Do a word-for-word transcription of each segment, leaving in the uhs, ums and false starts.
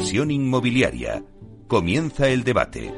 inversión inmobiliaria. Comienza el debate.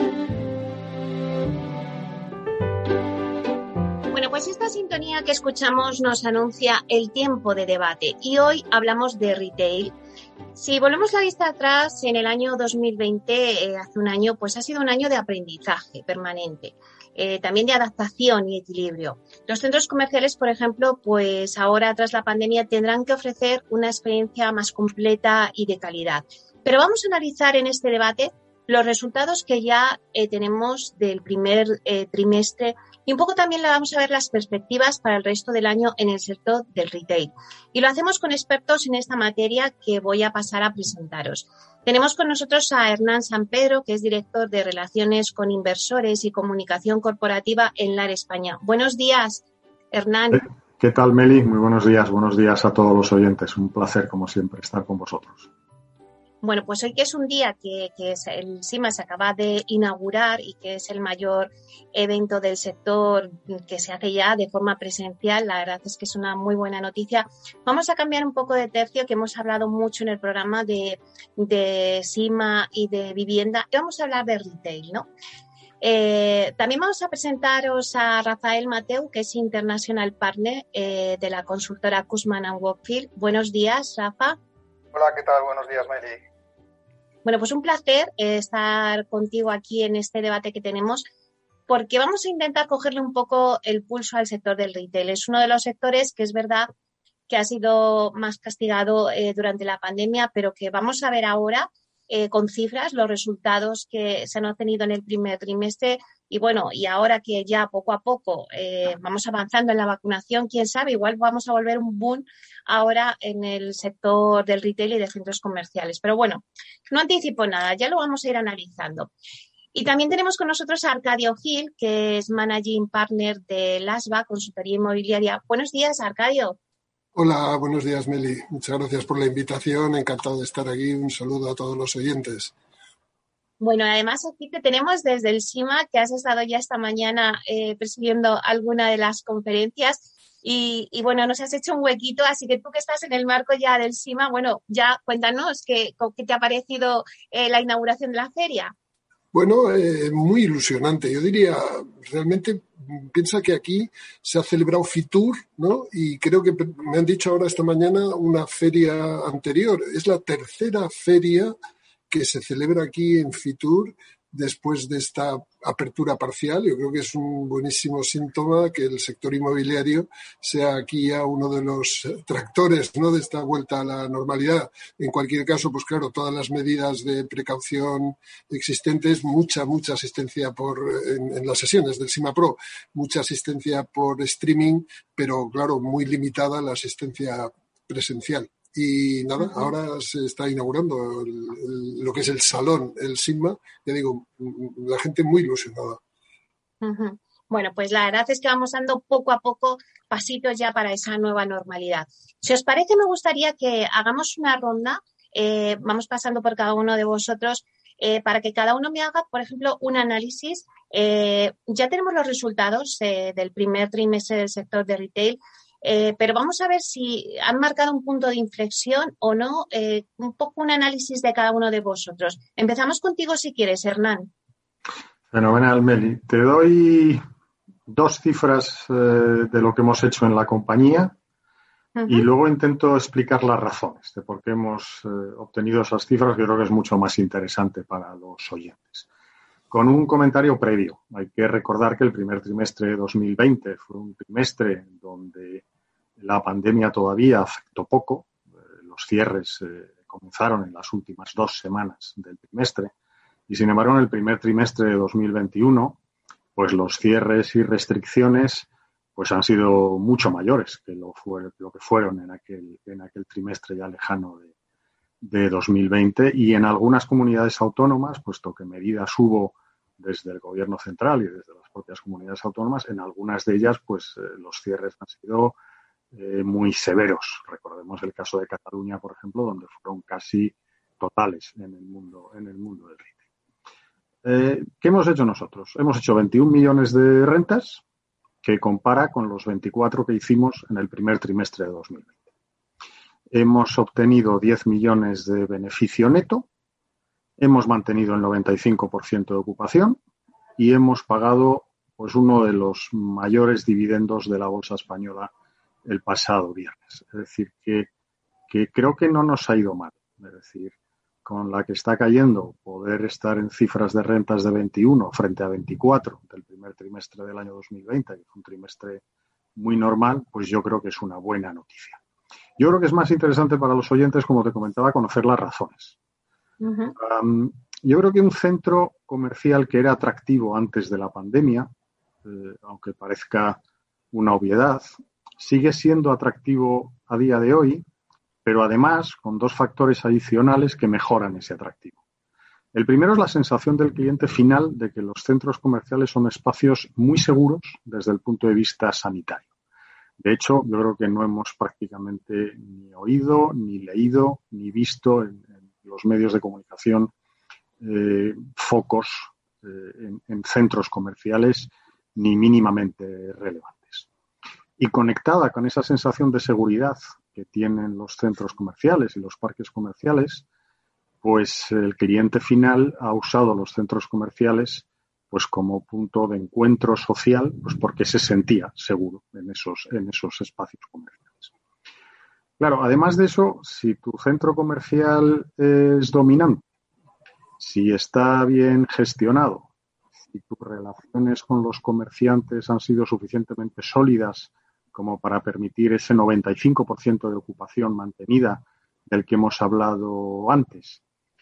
Bueno, pues esta sintonía que escuchamos nos anuncia el tiempo de debate y hoy hablamos de retail. Si volvemos la vista atrás, en el año dos mil veinte, eh, hace un año, pues ha sido un año de aprendizaje permanente, eh, también de adaptación y equilibrio. Los centros comerciales, por ejemplo, pues ahora tras la pandemia tendrán que ofrecer una experiencia más completa y de calidad. Pero vamos a analizar en este debate los resultados que ya eh, tenemos del primer eh, trimestre y un poco también le vamos a ver las perspectivas para el resto del año en el sector del retail. Y lo hacemos con expertos en esta materia que voy a pasar a presentaros. Tenemos con nosotros a Hernán Sampedro, que es director de Relaciones con Inversores y Comunicación Corporativa en LAR España. Buenos días, Hernán. ¿Qué tal, Meli? Muy buenos días. Buenos días a todos los oyentes. Un placer, como siempre, estar con vosotros. Bueno, pues hoy que es un día que, que es el SIMA se acaba de inaugurar y que es el mayor evento del sector que se hace ya de forma presencial, la verdad es que es una muy buena noticia. Vamos a cambiar un poco de tercio, que hemos hablado mucho en el programa de, de SIMA y de vivienda, y vamos a hablar de retail, ¿no? Eh, también vamos a presentaros a Rafael Mateu, que es International Partner eh, de la consultora Cushman and Wakefield. Buenos días, Rafa. Hola, ¿qué tal? Buenos días, Meli. Bueno, pues un placer eh, estar contigo aquí en este debate que tenemos, porque vamos a intentar cogerle un poco el pulso al sector del retail. Es uno de los sectores que es verdad que ha sido más castigado eh, durante la pandemia, pero que vamos a ver ahora eh, con cifras los resultados que se han obtenido en el primer trimestre. Y bueno, y ahora que ya poco a poco eh, vamos avanzando en la vacunación, quién sabe, igual vamos a volver un boom ahora en el sector del retail y de centros comerciales. Pero bueno, no anticipo nada, ya lo vamos a ir analizando. Y también tenemos con nosotros a Arcadio Gil, que es Managing Partner de LASBA, Consultoría Inmobiliaria. Buenos días, Arcadio. Hola, buenos días, Meli. Muchas gracias por la invitación. Encantado de estar aquí. Un saludo a todos los oyentes. Bueno, además aquí te tenemos desde el SIMA, que has estado ya esta mañana eh, presidiendo alguna de las conferencias y, y bueno, nos has hecho un huequito, así que tú que estás en el marco ya del SIMA, bueno, ya cuéntanos qué, qué te ha parecido eh, la inauguración de la feria. Bueno, eh, muy ilusionante. Yo diría, realmente piensa que aquí se ha celebrado Fitur, ¿no? Y creo que me han dicho ahora esta mañana una feria anterior. Es la tercera feria que se celebra aquí en Fitur después de esta apertura parcial. Yo creo que es un buenísimo síntoma que el sector inmobiliario sea aquí ya uno de los tractores, ¿no?, de esta vuelta a la normalidad. En cualquier caso, pues claro, todas las medidas de precaución existentes, mucha, mucha asistencia por en, en las sesiones del SIMA Pro, mucha asistencia por streaming, pero claro, muy limitada la asistencia presencial. Y nada, uh-huh. Ahora se está inaugurando el, el, lo que es el salón, el SIMA, ya digo, la gente muy ilusionada. Uh-huh. Bueno, pues la verdad es que vamos dando poco a poco pasitos ya para esa nueva normalidad. Si os parece, me gustaría que hagamos una ronda, eh, vamos pasando por cada uno de vosotros, eh, para que cada uno me haga, por ejemplo, un análisis. Eh, ya tenemos los resultados eh, del primer trimestre del sector de retail. Eh, pero vamos a ver si han marcado un punto de inflexión o no, eh, un poco un análisis de cada uno de vosotros. Empezamos contigo si quieres, Hernán. Fenomenal, Meli. Te doy dos cifras eh, de lo que hemos hecho en la compañía uh-huh. y luego intento explicar las razones de por qué hemos eh, obtenido esas cifras, que creo que es mucho más interesante para los oyentes. Con un comentario previo, hay que recordar que el primer trimestre de dos mil veinte fue un trimestre donde la pandemia todavía afectó poco. Los cierres eh, comenzaron en las últimas dos semanas del trimestre y, sin embargo, en el primer trimestre de dos mil veintiuno, pues los cierres y restricciones pues han sido mucho mayores que lo, fue, lo que fueron en aquel, en aquel trimestre ya lejano de, de dos mil veinte, y en algunas comunidades autónomas, puesto que medidas hubo desde el gobierno central y desde las propias comunidades autónomas, en algunas de ellas pues eh, los cierres han sido eh, muy severos. Recordemos el caso de Cataluña, por ejemplo, donde fueron casi totales en el mundo, en el mundo del retail. Eh, ¿Qué hemos hecho nosotros? Hemos hecho veintiún millones de rentas, que compara con los veinticuatro que hicimos en el primer trimestre de dos mil veinte. hemos obtenido diez millones de beneficio neto, hemos mantenido el noventa y cinco por ciento de ocupación y hemos pagado pues uno de los mayores dividendos de la bolsa española el pasado viernes. Es decir, que, que creo que no nos ha ido mal. Es decir, con la que está cayendo, poder estar en cifras de rentas de veintiuno frente a veinticuatro del primer trimestre del año dos mil veinte, que fue un trimestre muy normal, pues yo creo que es una buena noticia. Yo creo que es más interesante para los oyentes, como te comentaba, conocer las razones. Uh-huh. Um, yo creo que un centro comercial que era atractivo antes de la pandemia, eh, aunque parezca una obviedad, sigue siendo atractivo a día de hoy, pero además con dos factores adicionales que mejoran ese atractivo. El primero es la sensación del cliente final de que los centros comerciales son espacios muy seguros desde el punto de vista sanitario. De hecho, yo creo que no hemos prácticamente ni oído, ni leído, ni visto en, en los medios de comunicación eh, focos eh, en, en centros comerciales ni mínimamente relevantes. Y conectada con esa sensación de seguridad que tienen los centros comerciales y los parques comerciales, pues el cliente final ha usado los centros comerciales pues como punto de encuentro social, pues porque se sentía seguro en esos, en esos espacios comerciales. Claro, además de eso, si tu centro comercial es dominante, si está bien gestionado, si tus relaciones con los comerciantes han sido suficientemente sólidas como para permitir ese noventa y cinco por ciento de ocupación mantenida del que hemos hablado antes,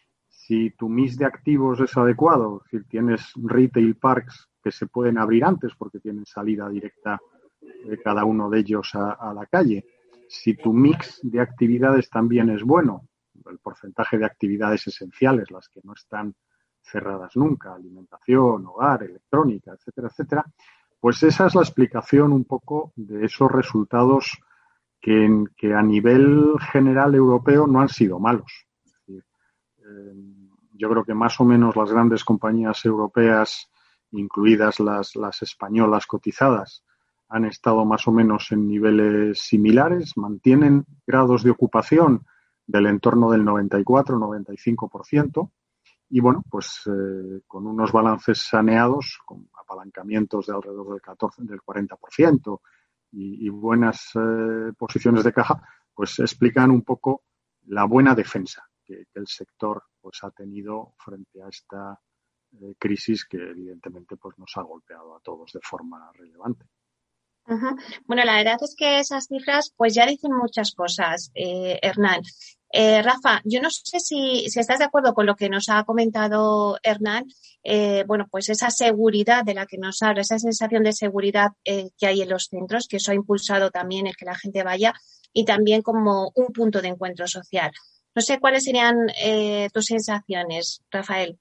si tu mix de activos es adecuado, si tienes retail parks que se pueden abrir antes porque tienen salida directa de cada uno de ellos a, a la calle, si tu mix de actividades también es bueno, el porcentaje de actividades esenciales, las que no están cerradas nunca, alimentación, hogar, electrónica, etcétera, etcétera, pues esa es la explicación un poco de esos resultados que, que a nivel general europeo no han sido malos. Es decir, eh, yo creo que más o menos las grandes compañías europeas, incluidas las, las españolas cotizadas, han estado más o menos en niveles similares, mantienen grados de ocupación del entorno del noventa y cuatro a noventa y cinco por ciento y, bueno, pues eh, con unos balances saneados, con apalancamientos de alrededor del catorce, del cuarenta por ciento y, y buenas eh, posiciones de caja, pues explican un poco la buena defensa que, que el sector pues ha tenido frente a esta eh, crisis que evidentemente pues nos ha golpeado a todos de forma relevante. Uh-huh. Bueno, la verdad es que esas cifras pues ya dicen muchas cosas, eh, Hernán. Eh, Rafa, yo no sé si, si estás de acuerdo con lo que nos ha comentado Hernán, eh, bueno, pues esa seguridad de la que nos habla, esa sensación de seguridad eh, que hay en los centros, que eso ha impulsado también el que la gente vaya y también como un punto de encuentro social. No sé cuáles serían eh, tus sensaciones, Rafael.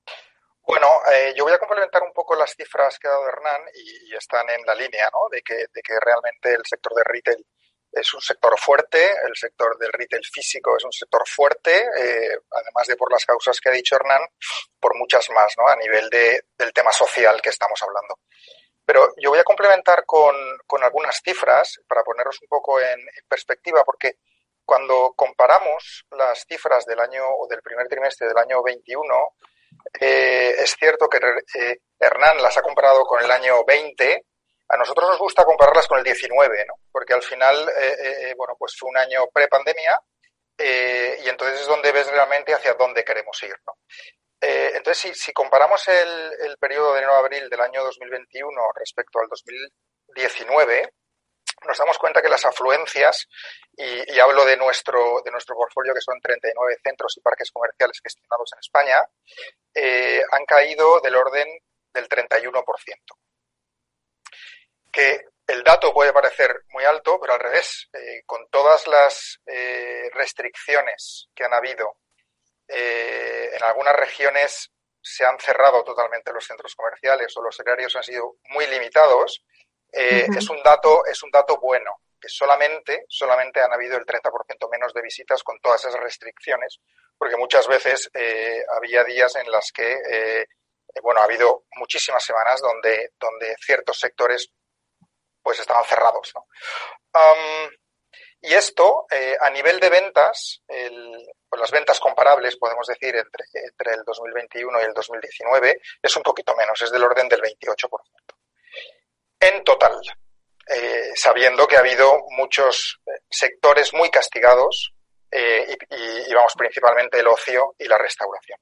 Bueno, eh, yo voy a complementar un poco las cifras que ha dado Hernán y, y están en la línea, ¿no? De que, de que realmente el sector de retail es un sector fuerte, el sector del retail físico es un sector fuerte, eh, además de por las causas que ha dicho Hernán, por muchas más, ¿no? A nivel de, del tema social que estamos hablando. Pero yo voy a complementar con, con algunas cifras para ponernos un poco en, en perspectiva, porque cuando comparamos las cifras del año o del primer trimestre del año veintiuno, eh, es cierto que eh, Hernán las ha comparado con el año veinte. A nosotros nos gusta compararlas con el diecinueve, ¿no? Porque al final, eh, eh, bueno, pues fue un año prepandemia eh, y entonces es donde ves realmente hacia dónde queremos ir, ¿no? Eh, entonces, si, si comparamos el, el periodo de enero a abril del año dos mil veintiuno respecto al dos mil diecinueve, nos damos cuenta que las afluencias, y, y hablo de nuestro, de nuestro portfolio, que son treinta y nueve centros y parques comerciales gestionados en España, eh, han caído del orden del treinta y uno por ciento. Que el dato puede parecer muy alto, pero al revés, eh, con todas las eh, restricciones que han habido, eh, en algunas regiones se han cerrado totalmente los centros comerciales o los horarios han sido muy limitados, eh, uh-huh. es un dato, es un dato bueno, que solamente, solamente han habido el treinta por ciento menos de visitas con todas esas restricciones, porque muchas veces eh, había días en las que, eh, bueno, ha habido muchísimas semanas donde, donde ciertos sectores pues estaban cerrados, ¿no? Um, Y esto, eh, a nivel de ventas, el, pues las ventas comparables, podemos decir, entre, entre el dos mil veintiuno y el dos mil diecinueve, es un poquito menos, es del orden del veintiocho por ciento. En total, eh, sabiendo que ha habido muchos sectores muy castigados, eh, y, y, y vamos, principalmente el ocio y la restauración.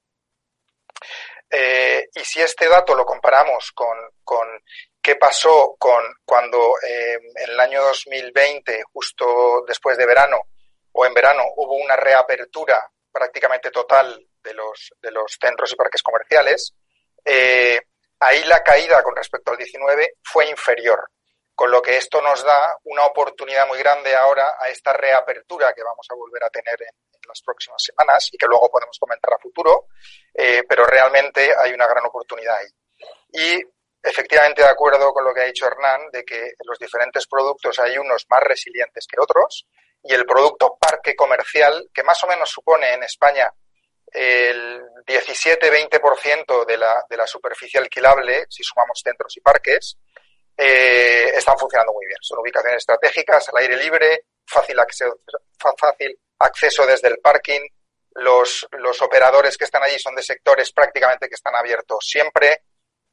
Eh, y si este dato lo comparamos con, con qué pasó con cuando eh, en el año dos mil veinte, justo después de verano, o en verano, hubo una reapertura prácticamente total de los, de los centros y parques comerciales, eh, ahí la caída con respecto al diecinueve fue inferior, con lo que esto nos da una oportunidad muy grande ahora a esta reapertura que vamos a volver a tener en, en las próximas semanas y que luego podemos comentar a futuro, eh, pero realmente hay una gran oportunidad ahí. Y efectivamente de acuerdo con lo que ha dicho Hernán, de que los diferentes productos hay unos más resilientes que otros, y el producto parque comercial, que más o menos supone en España el diecisiete a veinte por ciento de la, de la superficie alquilable, si sumamos centros y parques, eh, están funcionando muy bien. Son ubicaciones estratégicas, al aire libre, fácil acceso, fácil acceso desde el parking. Los, los operadores que están allí son de sectores prácticamente que están abiertos siempre,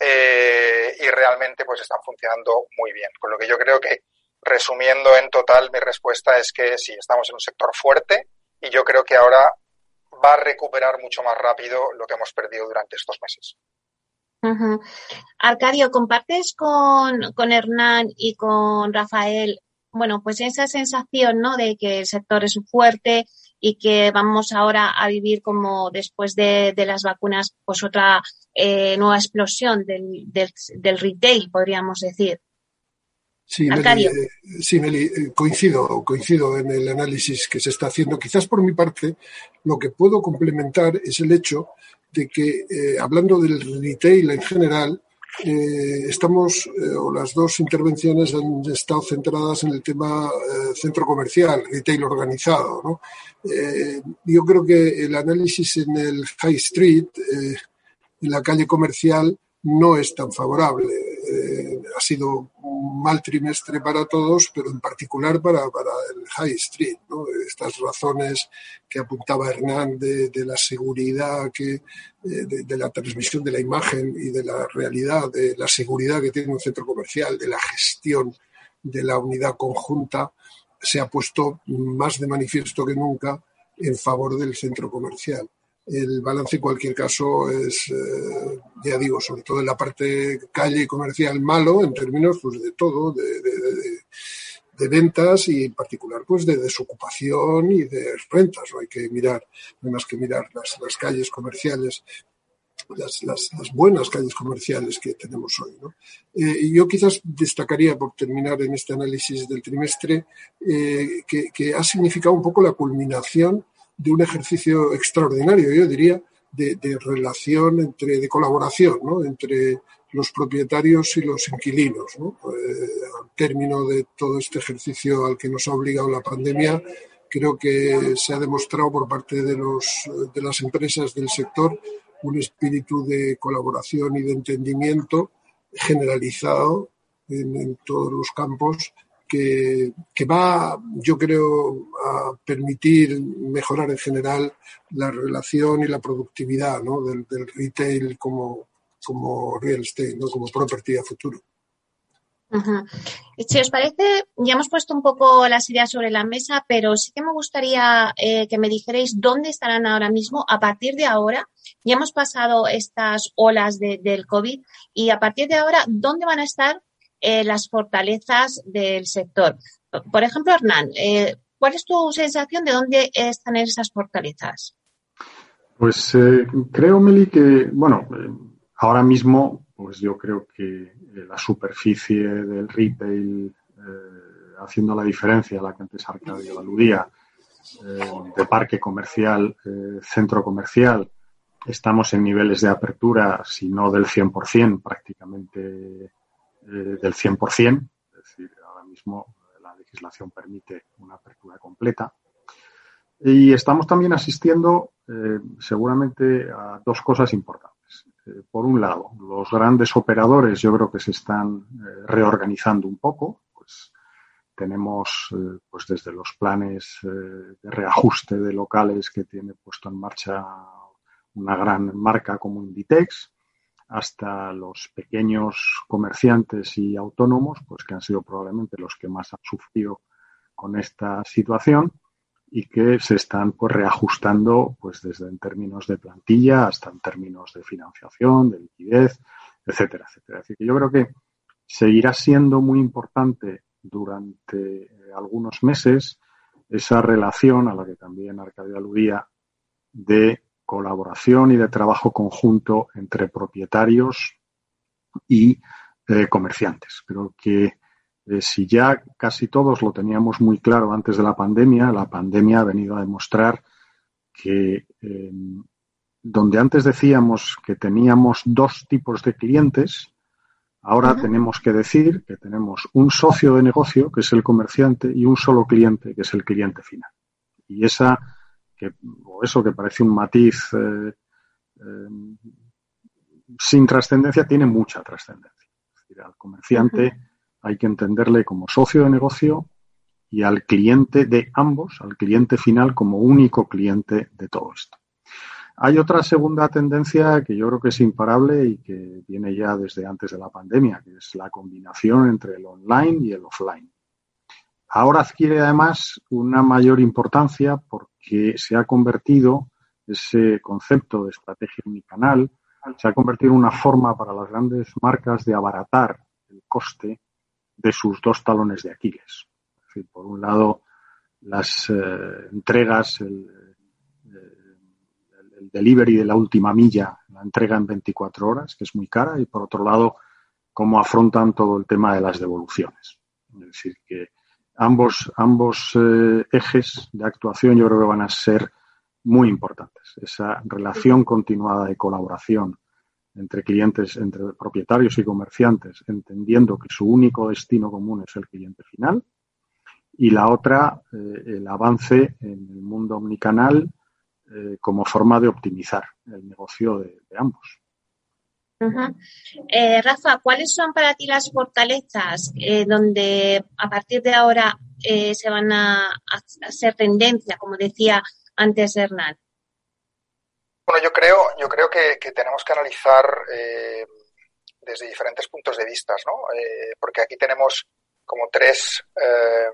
eh, y realmente pues están funcionando muy bien. Con lo que yo creo que, resumiendo en total, mi respuesta es que sí, estamos en un sector fuerte y yo creo que ahora va a recuperar mucho más rápido lo que hemos perdido durante estos meses. Uh-huh. Arcadio, ¿compartes con, con Hernán y con Rafael, bueno, pues esa sensación, ¿no?, de que el sector es fuerte y que vamos ahora a vivir como después de, de las vacunas, pues otra eh, nueva explosión del, del, del retail, podríamos decir? Sí, Arcadio. Meli, eh, sí, Meli, coincido, coincido en el análisis que se está haciendo. Quizás por mi parte, lo que puedo complementar es el hecho de que, eh, hablando del retail en general, eh, estamos, eh, o las dos intervenciones han estado centradas en el tema eh, centro comercial, retail organizado, ¿no? Eh, yo creo que el análisis en el High Street, eh, en la calle comercial, no es tan favorable. Eh, ha sido un mal trimestre para todos, pero en particular para, para el High Street, ¿no? Estas razones que apuntaba Hernán de, de la seguridad, que, de, de la transmisión de la imagen y de la realidad, de la seguridad que tiene un centro comercial, de la gestión de la unidad conjunta, se ha puesto más de manifiesto que nunca en favor del centro comercial. El balance, en cualquier caso, es, eh, ya digo, sobre todo en la parte calle comercial, malo en términos pues de todo, de, de, de, de ventas y en particular pues de desocupación y de rentas. No hay que mirar, no hay más que mirar las, las calles comerciales, las, las, las buenas calles comerciales que tenemos hoy, ¿no? Eh, yo quizás destacaría, por terminar en este análisis del trimestre, eh, que, que ha significado un poco la culminación de un ejercicio extraordinario, yo diría, de, de relación, entre, de colaboración, ¿no?, entre los propietarios y los inquilinos, ¿no? Eh, al término de todo este ejercicio al que nos ha obligado la pandemia, creo que se ha demostrado por parte de, los, de las empresas del sector un espíritu de colaboración y de entendimiento generalizado en, en todos los campos, Que, que va, yo creo, a permitir mejorar en general la relación y la productividad, ¿no?, del, del retail como, como real estate, ¿no?, como property a futuro. Uh-huh. Si os parece, ya hemos puesto un poco las ideas sobre la mesa, pero sí que me gustaría eh, que me dijerais dónde estarán ahora mismo, a partir de ahora. Ya hemos pasado estas olas de, del COVID y a partir de ahora, ¿dónde van a estar Eh, las fortalezas del sector? Por ejemplo, Hernán, eh, ¿cuál es tu sensación de dónde están esas fortalezas? Pues eh, creo, Meli, que, bueno, eh, ahora mismo, pues yo creo que eh, la superficie del retail, eh, haciendo la diferencia a la que antes Arcadio aludía, eh, de parque comercial, eh, centro comercial, estamos en niveles de apertura, si no del cien por ciento, prácticamente del cien por ciento, es decir, ahora mismo la legislación permite una apertura completa. Y estamos también asistiendo eh, seguramente a dos cosas importantes. Eh, por un lado, los grandes operadores yo creo que se están eh, reorganizando un poco, pues tenemos eh, pues desde los planes eh, de reajuste de locales que tiene puesto en marcha una gran marca como Inditex, hasta los pequeños comerciantes y autónomos, pues que han sido probablemente los que más han sufrido con esta situación y que se están pues reajustando pues desde en términos de plantilla hasta en términos de financiación, de liquidez, etcétera, etcétera. Es decir, que yo creo que seguirá siendo muy importante durante eh, algunos meses esa relación a la que también Arcadio aludía de colaboración y de trabajo conjunto entre propietarios y eh, comerciantes. Creo que eh, si ya casi todos lo teníamos muy claro antes de la pandemia, la pandemia ha venido a demostrar que eh, donde antes decíamos que teníamos dos tipos de clientes, ahora uh-huh. tenemos que decir que tenemos un socio de negocio, que es el comerciante, y un solo cliente, que es el cliente final. Y esa que, o eso que parece un matiz eh, eh, sin trascendencia, tiene mucha trascendencia. Es decir, al comerciante uh-huh. hay que entenderle como socio de negocio y al cliente de ambos, al cliente final, como único cliente de todo esto. Hay otra segunda tendencia que yo creo que es imparable y que viene ya desde antes de la pandemia, que es la combinación entre el online y el offline. Ahora adquiere además una mayor importancia porque se ha convertido ese concepto de estrategia unicanal, se ha convertido en una forma para las grandes marcas de abaratar el coste de sus dos talones de Aquiles. Es decir, por un lado, las eh, entregas, el, el, el delivery de la última milla, la entrega en veinticuatro horas, que es muy cara, y por otro lado, cómo afrontan todo el tema de las devoluciones. Es decir, que Ambos, ambos eh, ejes de actuación yo creo que van a ser muy importantes. Esa relación continuada de colaboración entre clientes, entre propietarios y comerciantes, entendiendo que su único destino común es el cliente final. Y la otra, eh, el avance en el mundo omnicanal eh, como forma de optimizar el negocio de, de ambos. Uh-huh. Eh, Rafa, ¿cuáles son para ti las fortalezas eh, donde a partir de ahora eh, se van a, a hacer tendencia, como decía antes Hernán? Bueno, yo creo, yo creo que, que tenemos que analizar eh, desde diferentes puntos de vista, ¿no? Eh, porque aquí tenemos como tres eh,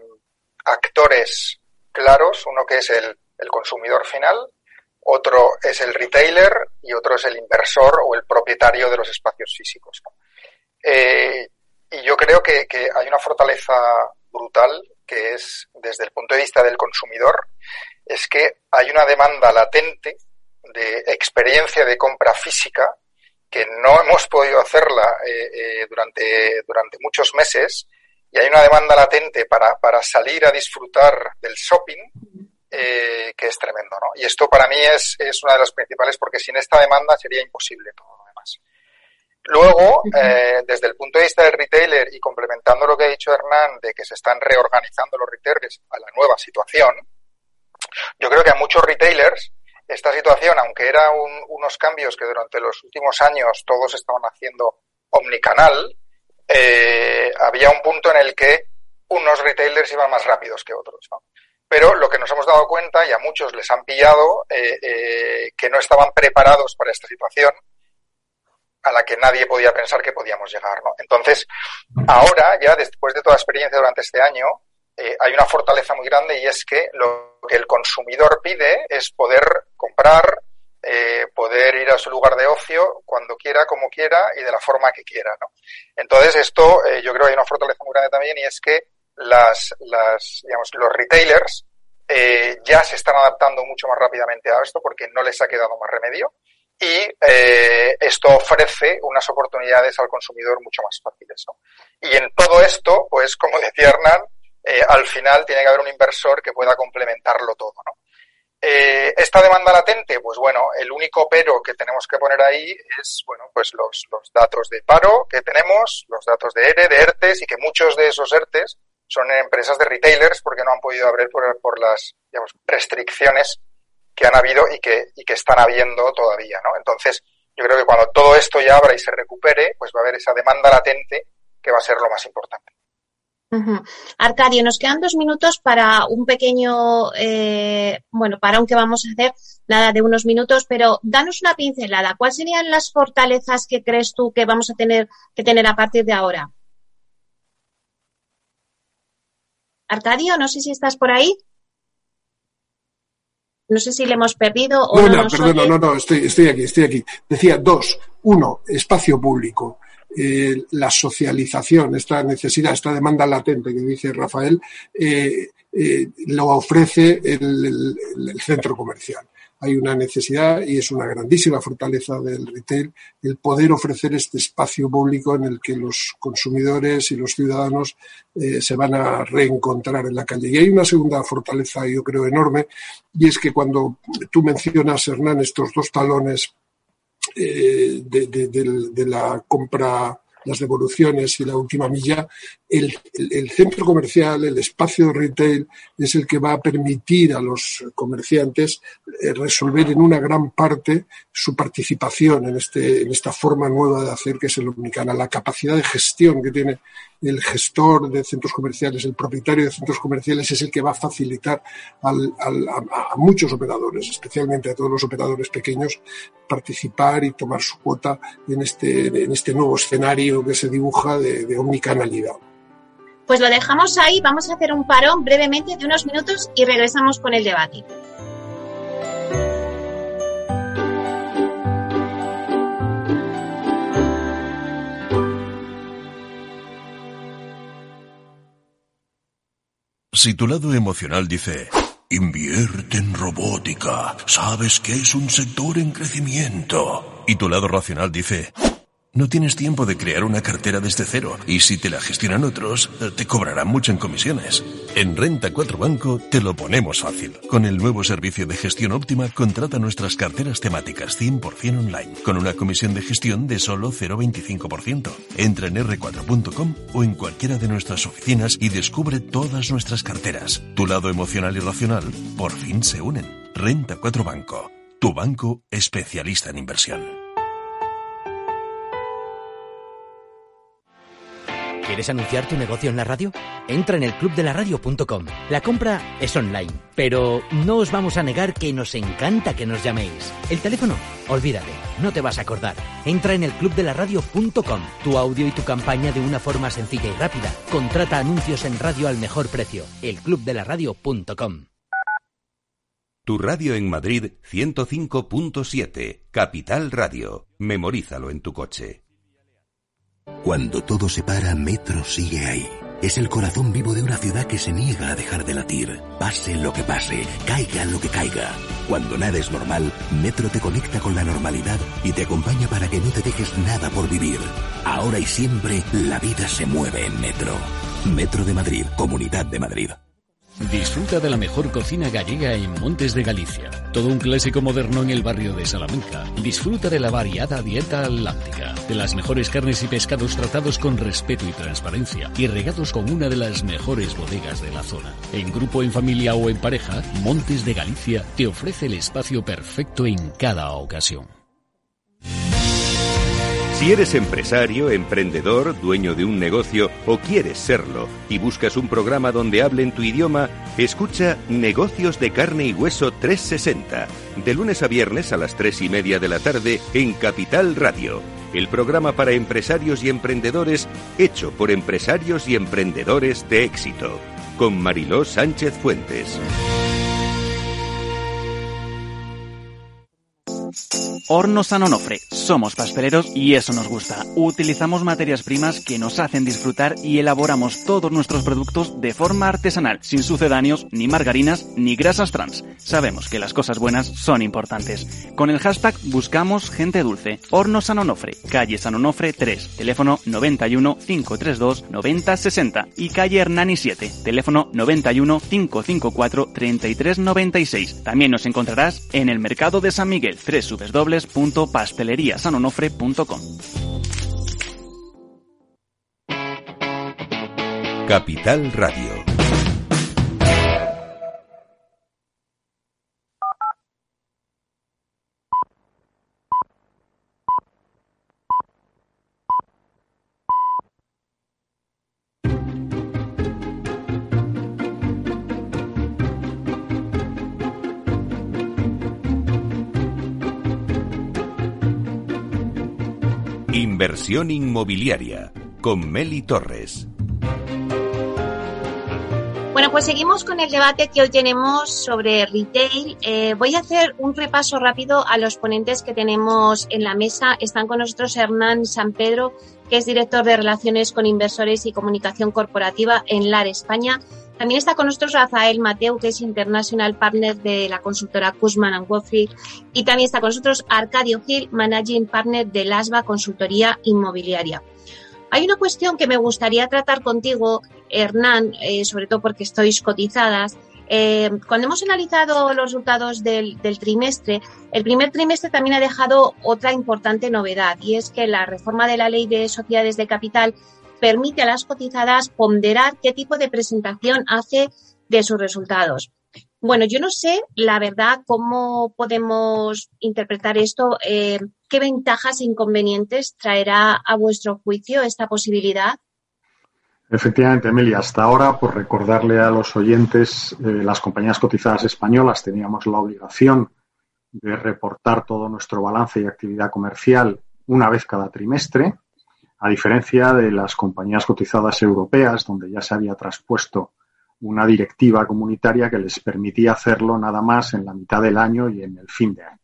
actores claros, uno que es el, el consumidor final, otro es el retailer y otro es el inversor o el propietario de los espacios físicos, ¿no? Eh, y yo creo que, que hay una fortaleza brutal que es, desde el punto de vista del consumidor, es que hay una demanda latente de experiencia de compra física que no hemos podido hacerla eh, eh, durante, durante muchos meses, y hay una demanda latente para, para salir a disfrutar del shopping Eh, que es tremendo, ¿no? Y esto para mí es, es una de las principales, porque sin esta demanda sería imposible todo lo demás. Luego, eh, desde el punto de vista del retailer, y complementando lo que ha dicho Hernán, de que se están reorganizando los retailers a la nueva situación, yo creo que a muchos retailers esta situación, aunque era un, unos cambios que durante los últimos años todos estaban haciendo omnicanal, eh, había un punto en el que unos retailers iban más rápidos que otros, ¿no? Pero lo que nos hemos dado cuenta, y a muchos les han pillado, eh, eh, que no estaban preparados para esta situación a la que nadie podía pensar que podíamos llegar, ¿no? Entonces, ahora, ya después de toda la experiencia durante este año, eh, hay una fortaleza muy grande, y es que lo que el consumidor pide es poder comprar, eh, poder ir a su lugar de ocio cuando quiera, como quiera y de la forma que quiera, ¿no? Entonces, esto eh, yo creo que hay una fortaleza muy grande también, y es que las, las, digamos, los retailers eh, ya se están adaptando mucho más rápidamente a esto porque no les ha quedado más remedio, y eh, esto ofrece unas oportunidades al consumidor mucho más fáciles, ¿no? Y en todo esto, pues como decía Hernán, eh, al final tiene que haber un inversor que pueda complementarlo todo, ¿no? Eh, esta demanda latente, pues bueno, el único pero que tenemos que poner ahí es, bueno, pues los, los datos de paro que tenemos, los datos de ERE, de ERTES, y que muchos de esos ERTES son en empresas de retailers porque no han podido abrir por, por las, digamos, restricciones que han habido y que, y que están habiendo todavía, ¿no? Entonces, yo creo que cuando todo esto ya abra y se recupere, pues va a haber esa demanda latente que va a ser lo más importante. Uh-huh. Arcadio, nos quedan dos minutos para un pequeño, eh, bueno, para un que vamos a hacer, nada de unos minutos, pero danos una pincelada. ¿Cuáles serían las fortalezas que crees tú que vamos a tener que tener a partir de ahora? Arcadio, no sé si estás por ahí. No sé si le hemos perdido o no. No, No, nos perdona, oye. no, no, estoy, estoy aquí, estoy aquí. Decía dos. Uno, espacio público. Eh, la socialización, esta necesidad, esta demanda latente que dice Rafael, eh, eh, lo ofrece el, el, el centro comercial. Hay una necesidad y es una grandísima fortaleza del retail el poder ofrecer este espacio público en el que los consumidores y los ciudadanos eh, se van a reencontrar en la calle. Y hay una segunda fortaleza, yo creo, enorme, y es que cuando tú mencionas, Hernán, estos dos talones eh, de, de, de, de la compra, las devoluciones y la última milla, el, el, el centro comercial, el espacio de retail, es el que va a permitir a los comerciantes eh, resolver en una gran parte su participación en, este, en esta forma nueva de hacer que es el omnicanal. La capacidad de gestión que tiene el gestor de centros comerciales, el propietario de centros comerciales, es el que va a facilitar al, al, a, a muchos operadores, especialmente a todos los operadores pequeños, participar y tomar su cuota en este, en este nuevo escenario que se dibuja de, de omnicanalidad. Pues lo dejamos ahí, vamos a hacer un parón brevemente de unos minutos y regresamos con el debate. Si tu lado emocional dice, invierte en robótica, sabes que es un sector en crecimiento, y tu lado racional dice, no tienes tiempo de crear una cartera desde cero, y si te la gestionan otros, te cobrarán mucho en comisiones. En Renta cuatro Banco te lo ponemos fácil. Con el nuevo servicio de gestión óptima, contrata nuestras carteras temáticas cien por ciento online, con una comisión de gestión de solo cero coma veinticinco por ciento. Entra en erre cuatro punto com o en cualquiera de nuestras oficinas y descubre todas nuestras carteras. Tu lado emocional y racional por fin se unen. Renta cuatro Banco, tu banco especialista en inversión. ¿Quieres anunciar tu negocio en la radio? Entra en el club de la radio punto com. La compra es online, pero no os vamos a negar que nos encanta que nos llaméis. El teléfono, olvídate, no te vas a acordar. Entra en el club de la radio punto com. Tu audio y tu campaña de una forma sencilla y rápida. Contrata anuncios en radio al mejor precio. el club de la radio punto com. Tu radio en Madrid ciento cinco punto siete. Capital Radio. Memorízalo en tu coche. Cuando todo se para, Metro sigue ahí. Es el corazón vivo de una ciudad que se niega a dejar de latir. Pase lo que pase, caiga lo que caiga. Cuando nada es normal, Metro te conecta con la normalidad y te acompaña para que no te dejes nada por vivir. Ahora y siempre, la vida se mueve en Metro. Metro de Madrid, Comunidad de Madrid. Disfruta de la mejor cocina gallega en Montes de Galicia. Todo un clásico moderno en el barrio de Salamanca. Disfruta de la variada dieta atlántica, de las mejores carnes y pescados tratados con respeto y transparencia y regados con una de las mejores bodegas de la zona. En grupo, en familia o en pareja, Montes de Galicia te ofrece el espacio perfecto en cada ocasión. Si eres empresario, emprendedor, dueño de un negocio o quieres serlo y buscas un programa donde hablen tu idioma, escucha Negocios de Carne y Hueso trescientos sesenta, de lunes a viernes a las tres y media de la tarde en Capital Radio, el programa para empresarios y emprendedores hecho por empresarios y emprendedores de éxito, con Mariló Sánchez Fuentes. Hornos San Onofre. Somos pasteleros y eso nos gusta. Utilizamos materias primas que nos hacen disfrutar y elaboramos todos nuestros productos de forma artesanal, sin sucedáneos, ni margarinas, ni grasas trans. Sabemos que las cosas buenas son importantes. Con el hashtag buscamos gente dulce. Hornos San Onofre, calle San Onofre tres, teléfono noventa y uno, cinco tres dos, noventa sesenta y calle Hernani siete, teléfono noventa y uno, cinco cinco cuatro, treinta y tres noventa y seis. También nos encontrarás en el Mercado de San Miguel, doble u doble u doble u punto pastelería san onofre punto com. Capital Radio. Inversión inmobiliaria, con Meli Torres. Bueno, pues seguimos con el debate que hoy tenemos sobre retail. Eh, voy a hacer un repaso rápido a los ponentes que tenemos en la mesa. Están con nosotros Hernán San Pedro, que es director de Relaciones con Inversores y Comunicación Corporativa en L A R España. También está con nosotros Rafael Mateu, que es International Partner de la consultora Cushman and Wakefield. Y también está con nosotros Arcadio Gil, Managing Partner de Lasba Consultoría Inmobiliaria. Hay una cuestión que me gustaría tratar contigo, Hernán, eh, sobre todo porque estáis cotizadas. Eh, cuando hemos analizado los resultados del, del trimestre, el primer trimestre también ha dejado otra importante novedad, y es que la reforma de la Ley de Sociedades de Capital permite a las cotizadas ponderar qué tipo de presentación hace de sus resultados. Bueno, yo no sé, la verdad, cómo podemos interpretar esto. Eh, ¿Qué ventajas e inconvenientes traerá a vuestro juicio esta posibilidad? Efectivamente, Emilia, hasta ahora, por recordarle a los oyentes, eh, las compañías cotizadas españolas teníamos la obligación de reportar todo nuestro balance y actividad comercial una vez cada trimestre, a diferencia de las compañías cotizadas europeas, donde ya se había traspuesto una directiva comunitaria que les permitía hacerlo nada más en la mitad del año y en el fin de año.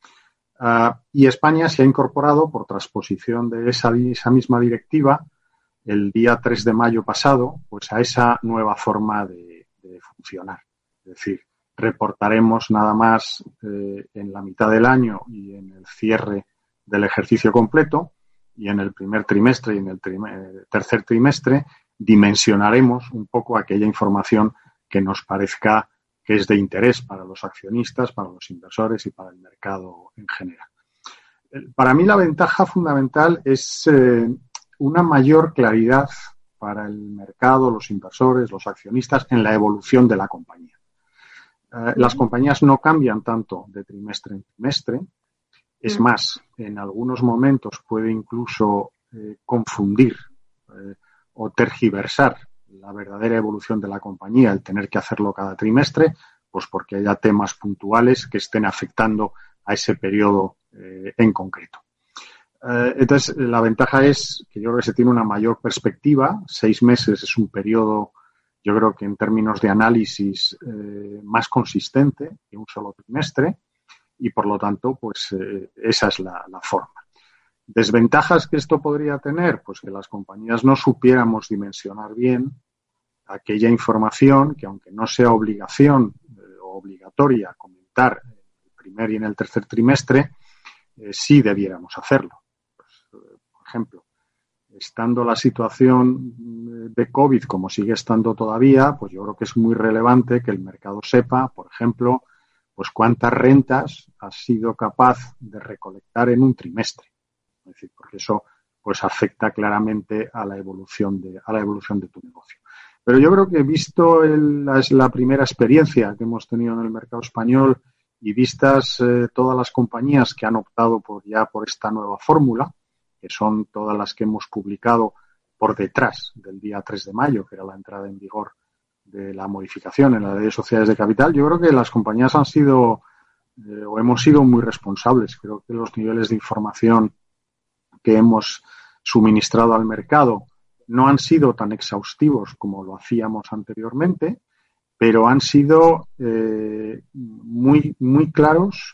Uh, y España se ha incorporado, por transposición de esa, esa misma directiva, el día tres de mayo pasado, pues a esa nueva forma de, de funcionar. Es decir, reportaremos nada más eh, en la mitad del año y en el cierre del ejercicio completo, y en el primer trimestre y en el trim- tercer trimestre dimensionaremos un poco aquella información que nos parezca que es de interés para los accionistas, para los inversores y para el mercado en general. Para mí la ventaja fundamental es eh, una mayor claridad para el mercado, los inversores, los accionistas en la evolución de la compañía. Eh, las compañías no cambian tanto de trimestre en trimestre. Es más, en algunos momentos puede incluso eh, confundir eh, o tergiversar la verdadera evolución de la compañía el tener que hacerlo cada trimestre, pues porque haya temas puntuales que estén afectando a ese periodo eh, en concreto. Eh, entonces, la ventaja es que yo creo que se tiene una mayor perspectiva. Seis meses es un periodo, yo creo que en términos de análisis, eh, más consistente que un solo trimestre. Y, por lo tanto, pues eh, esa es la, la forma. ¿Desventajas que esto podría tener? Pues que las compañías no supiéramos dimensionar bien aquella información que, aunque no sea obligación eh, o obligatoria comentar en el primer y en el tercer trimestre, eh, sí debiéramos hacerlo. Pues, eh, por ejemplo, estando la situación de COVID como sigue estando todavía, pues yo creo que es muy relevante que el mercado sepa, por ejemplo, pues cuántas rentas has sido capaz de recolectar en un trimestre. Es decir, porque eso pues afecta claramente a la evolución de, a la evolución de tu negocio. Pero yo creo que visto el, la, la primera experiencia que hemos tenido en el mercado español y vistas eh, todas las compañías que han optado por ya por esta nueva fórmula, que son todas las que hemos publicado por detrás del día tres de mayo, que era la entrada en vigor de la modificación en la ley de sociedades de capital, yo creo que las compañías han sido eh, o hemos sido muy responsables. Creo que los niveles de información que hemos suministrado al mercado no han sido tan exhaustivos como lo hacíamos anteriormente, pero han sido eh, muy, muy claros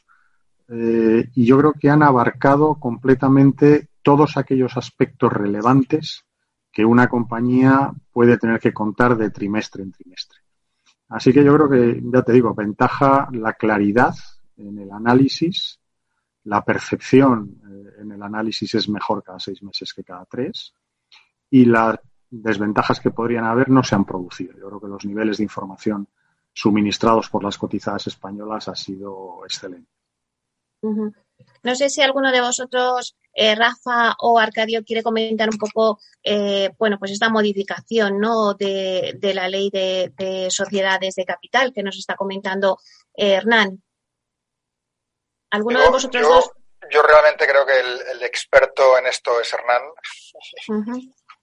eh, y yo creo que han abarcado completamente todos aquellos aspectos relevantes que una compañía puede tener que contar de trimestre en trimestre. Así que yo creo que, ya te digo, ventaja la claridad en el análisis, la percepción eh, en el análisis es mejor cada seis meses que cada tres, y las desventajas que podrían haber no se han producido. Yo creo que los niveles de información suministrados por las cotizadas españolas ha sido excelente. Uh-huh. No sé si alguno de vosotros, eh, Rafa o Arcadio, quiere comentar un poco, eh, bueno, pues esta modificación, ¿no?, de, de la ley de, de sociedades de capital que nos está comentando eh, Hernán. ¿Alguno yo, de vosotros yo, dos? Yo realmente creo que el, el experto en esto es Hernán. Uh-huh.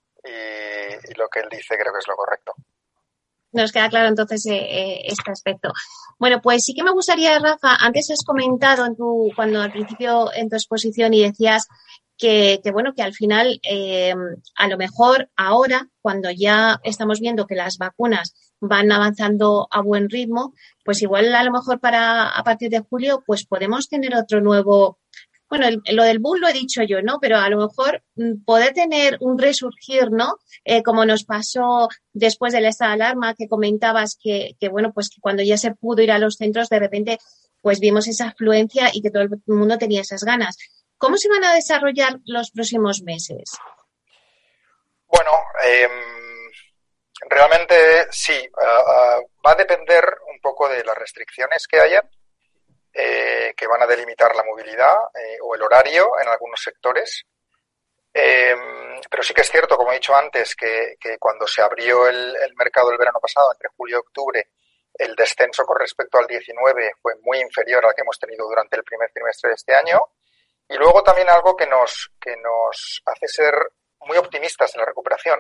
y, y lo que él dice creo que es lo correcto. Nos queda claro entonces eh, eh, este aspecto. Bueno, pues sí que me gustaría, Rafa, antes has comentado en tu, cuando al principio en tu exposición y decías que, que bueno, que al final, eh, a lo mejor ahora, cuando ya estamos viendo que las vacunas van avanzando a buen ritmo, pues igual a lo mejor para a partir de julio, pues podemos tener otro nuevo. Bueno, el, lo del boom lo he dicho yo, ¿no? Pero a lo mejor mm, poder tener un resurgir, ¿no? Eh, como nos pasó después del estado de alarma, que comentabas que, que, bueno, pues que cuando ya se pudo ir a los centros, de repente, pues vimos esa afluencia y que todo el mundo tenía esas ganas. ¿Cómo se van a desarrollar los próximos meses? Bueno, eh, realmente sí. Uh, uh, va a depender un poco de las restricciones que haya. Eh, que van a delimitar la movilidad eh, o el horario en algunos sectores. Eh, pero sí que es cierto, como he dicho antes, que, que cuando se abrió el, el mercado el verano pasado, entre julio y octubre, el descenso con respecto al diecinueve fue muy inferior al que hemos tenido durante el primer trimestre de este año. Y luego también algo que nos, que nos hace ser muy optimistas en la recuperación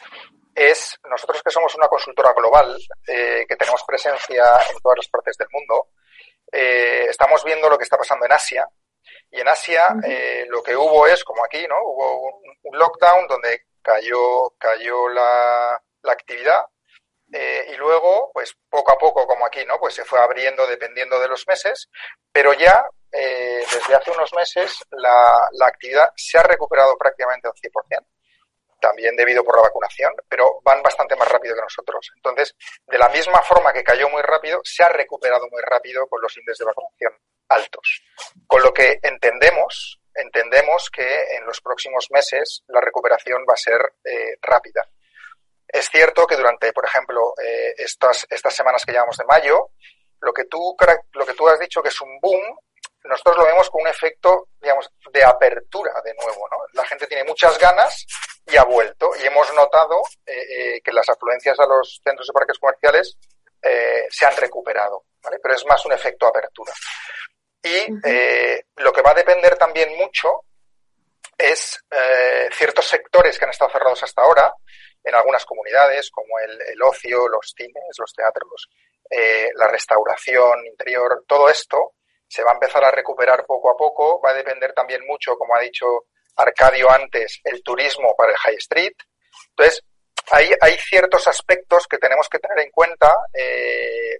es nosotros que somos una consultora global, eh, que tenemos presencia en todas las partes del mundo. Eh, estamos viendo lo que está pasando en Asia y en Asia eh, lo que hubo es, como aquí, ¿no? Hubo un, un lockdown donde cayó cayó la, la actividad eh, y luego, pues poco a poco, como aquí, ¿no? Pues se fue abriendo dependiendo de los meses, pero ya eh, desde hace unos meses la, la actividad se ha recuperado prácticamente al cien por ciento. También debido por la vacunación, pero van bastante más rápido que nosotros. Entonces, de la misma forma que cayó muy rápido, se ha recuperado muy rápido con los índices de vacunación altos. Con lo que entendemos, entendemos que en los próximos meses la recuperación va a ser eh, rápida. Es cierto que durante, por ejemplo, eh, estas, estas semanas que llevamos de mayo, lo que tú, lo que tú has dicho que es un boom, nosotros lo vemos con un efecto, digamos, de apertura de nuevo, ¿no? La gente tiene muchas ganas y ha vuelto. Y hemos notado eh, eh, que las afluencias a los centros y parques comerciales eh, se han recuperado, ¿vale? Pero es más un efecto apertura. Y eh, lo que va a depender también mucho es eh, ciertos sectores que han estado cerrados hasta ahora en algunas comunidades, como el, el ocio, los cines, los teatros, eh, la restauración interior, todo esto se va a empezar a recuperar poco a poco. Va a depender también mucho, como ha dicho Arcadio antes, el turismo para el High Street. Entonces, hay, hay ciertos aspectos que tenemos que tener en cuenta, eh,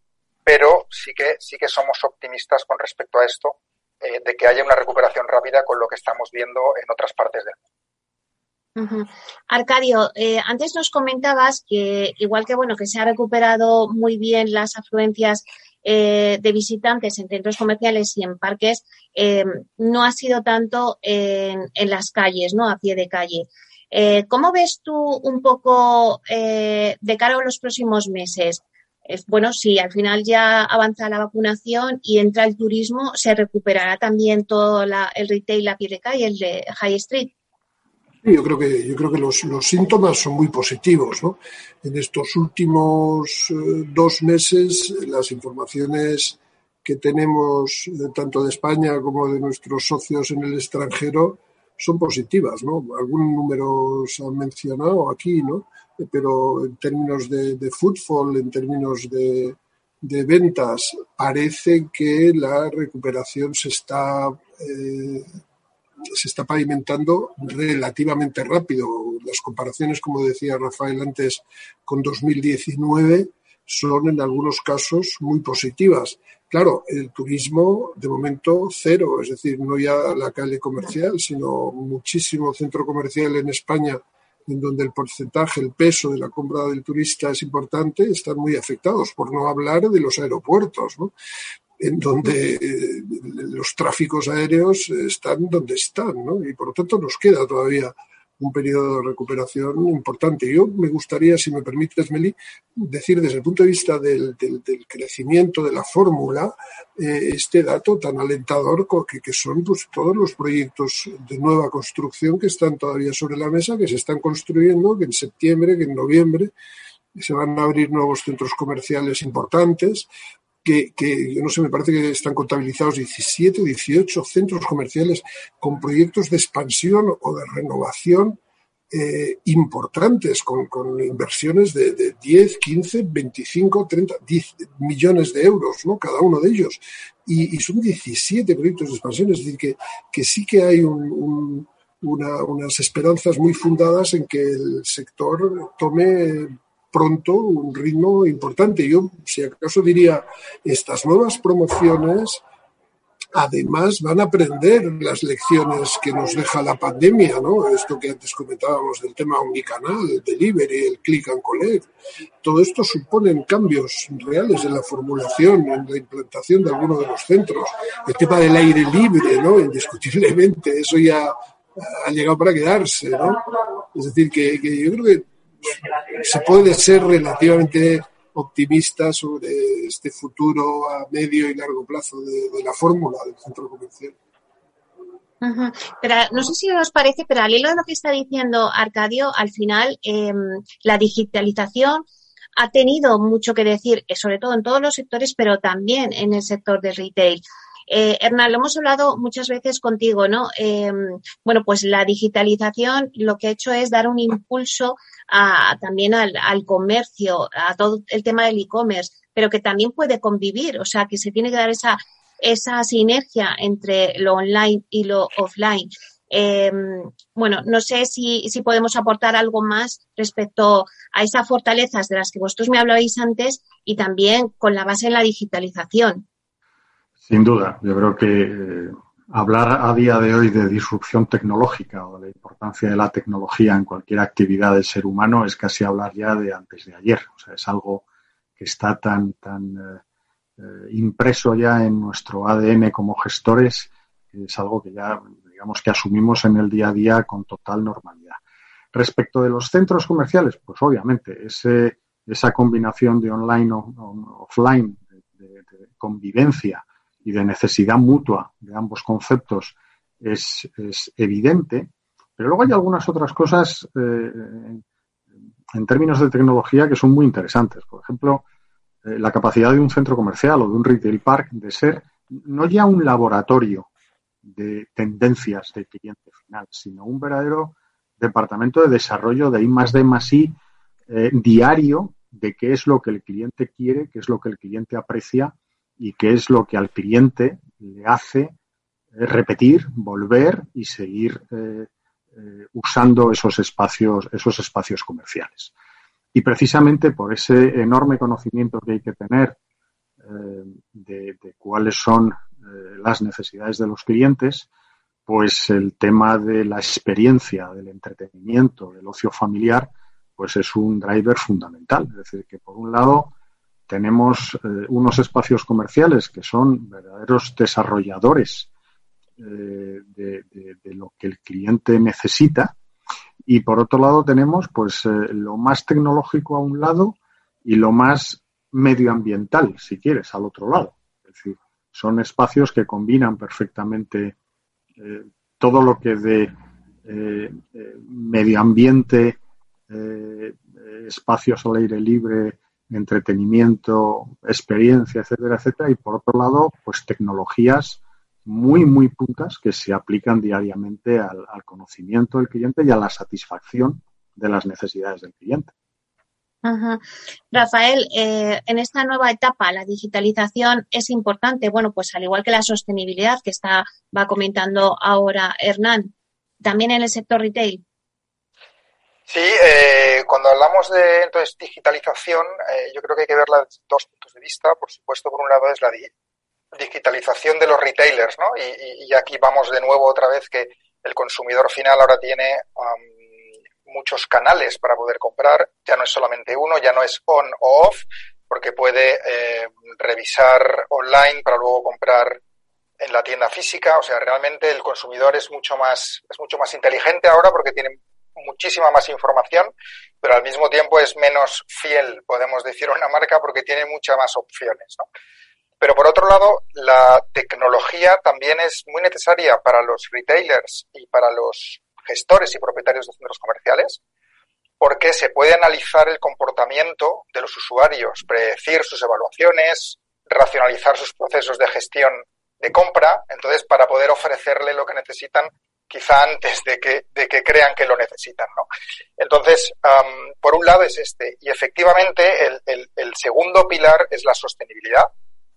pero sí que, sí que somos optimistas con respecto a esto, eh, de que haya una recuperación rápida con lo que estamos viendo en otras partes del mundo. Uh-huh. Arcadio, eh, antes nos comentabas que igual que bueno que se ha recuperado muy bien las afluencias eh, de visitantes en centros comerciales y en parques, eh, no ha sido tanto en, en las calles, ¿no? A pie de calle. Eh, ¿Cómo ves tú un poco eh, de cara a los próximos meses? Eh, bueno, si al final ya avanza la vacunación y entra el turismo, ¿se recuperará también todo la, el retail a pie de calle, el de High Street? Yo creo que yo creo que los, los síntomas son muy positivos, ¿no? En estos últimos eh, dos meses, las informaciones que tenemos eh, tanto de España como de nuestros socios en el extranjero son positivas, ¿no? Algún número se han mencionado aquí, ¿no? Pero en términos de, de footfall, en términos de, de ventas, parece que la recuperación se está eh, se está pavimentando relativamente rápido. Las comparaciones, como decía Rafael antes, con dos mil diecinueve son en algunos casos muy positivas. Claro, el turismo de momento cero, es decir, no ya la calle comercial, sino muchísimo centro comercial en España en donde el porcentaje, el peso de la compra del turista es importante, están muy afectados, por no hablar de los aeropuertos, ¿no? En donde eh, los tráficos aéreos están donde están, ¿no? Y por lo tanto nos queda todavía un periodo de recuperación importante. Yo me gustaría, si me permites, Meli, decir desde el punto de vista del, del, del crecimiento de la fórmula, eh, este dato tan alentador que, que son pues, todos los proyectos de nueva construcción que están todavía sobre la mesa, que se están construyendo, que en septiembre, que en noviembre se van a abrir nuevos centros comerciales importantes, que, que, yo no sé, me parece que están contabilizados diecisiete o dieciocho centros comerciales con proyectos de expansión o de renovación eh, importantes, con, con inversiones de, de diez, quince, veinticinco, treinta, diez millones de euros, ¿no? Cada uno de ellos. Y, y son diecisiete proyectos de expansión, es decir, que, que sí que hay un, un, una, unas esperanzas muy fundadas en que el sector tome pronto un ritmo importante. Yo, si acaso diría, estas nuevas promociones además van a aprender las lecciones que nos deja la pandemia, ¿no? Esto que antes comentábamos del tema omnicanal, el delivery, el click and collect. Todo esto suponen cambios reales en la formulación, en la implantación de algunos de los centros. El tema del aire libre, ¿no? Indiscutiblemente, eso ya ha llegado para quedarse, ¿no? Es decir, que, que yo creo que se puede ser relativamente optimista sobre este futuro a medio y largo plazo de, de la fórmula del centro comercial. Uh-huh. Pero no sé si os parece, pero al hilo de lo que está diciendo Arcadio, al final eh, la digitalización ha tenido mucho que decir, sobre todo en todos los sectores, pero también en el sector del retail. Eh, Hernán, lo hemos hablado muchas veces contigo, ¿no? Eh, bueno, pues la digitalización lo que ha hecho es dar un impulso a, también al, al comercio, a todo el tema del e-commerce, pero que también puede convivir, o sea, que se tiene que dar esa, esa sinergia entre lo online y lo offline. Eh, bueno, no sé si, si podemos aportar algo más respecto a esas fortalezas de las que vosotros me hablabais antes y también con la base en la digitalización. Sin duda, yo creo que eh, hablar a día de hoy de disrupción tecnológica o de la importancia de la tecnología en cualquier actividad del ser humano es casi hablar ya de antes de ayer. O sea, es algo que está tan, tan eh, eh, impreso ya en nuestro A D N como gestores, que es algo que ya, digamos, que asumimos en el día a día con total normalidad. Respecto de los centros comerciales, pues obviamente ese, esa combinación de online o, o offline, de, de, de convivencia y de necesidad mutua de ambos conceptos es, es evidente, pero luego hay algunas otras cosas eh, en, en términos de tecnología que son muy interesantes. Por ejemplo, eh, la capacidad de un centro comercial o de un retail park de ser no ya un laboratorio de tendencias de cliente final, sino un verdadero departamento de desarrollo de I más D más I eh, diario de qué es lo que el cliente quiere, qué es lo que el cliente aprecia y qué es lo que al cliente le hace eh, repetir, volver y seguir eh, eh, usando esos espacios, esos espacios comerciales. Y precisamente por ese enorme conocimiento que hay que tener eh, de, de cuáles son eh, las necesidades de los clientes, pues el tema de la experiencia, del entretenimiento, del ocio familiar, pues es un driver fundamental. Es decir, que por un lado tenemos eh, unos espacios comerciales que son verdaderos desarrolladores eh, de, de, de lo que el cliente necesita y por otro lado tenemos pues eh, lo más tecnológico a un lado y lo más medioambiental, si quieres, al otro lado. Es decir, son espacios que combinan perfectamente eh, todo lo que de eh, eh, medio ambiente, eh, espacios al aire libre, entretenimiento, experiencia, etcétera, etcétera, y por otro lado, pues tecnologías muy, muy puntas que se aplican diariamente al, al conocimiento del cliente y a la satisfacción de las necesidades del cliente. Ajá. Rafael, eh, en esta nueva etapa la digitalización es importante, bueno, pues al igual que la sostenibilidad que está va comentando ahora Hernán, también en el sector retail. Sí, eh, cuando hablamos de entonces digitalización, eh, yo creo que hay que verla desde dos puntos de vista. Por supuesto, por un lado es la di- digitalización de los retailers, ¿no? Y, y, y aquí vamos de nuevo otra vez que el consumidor final ahora tiene um, muchos canales para poder comprar. Ya no es solamente uno, ya no es on o off, porque puede eh, revisar online para luego comprar en la tienda física. O sea, realmente el consumidor es mucho más, es mucho más inteligente ahora porque tiene muchísima más información, pero al mismo tiempo es menos fiel, podemos decir, a una marca porque tiene muchas más opciones, ¿no? Pero por otro lado, la tecnología también es muy necesaria para los retailers y para los gestores y propietarios de centros comerciales, porque se puede analizar el comportamiento de los usuarios, predecir sus evaluaciones, racionalizar sus procesos de gestión de compra, entonces para poder ofrecerle lo que necesitan quizá antes de que, de que crean que lo necesitan, ¿no? Entonces, um, por un lado es este, y efectivamente el, el, el segundo pilar es la sostenibilidad.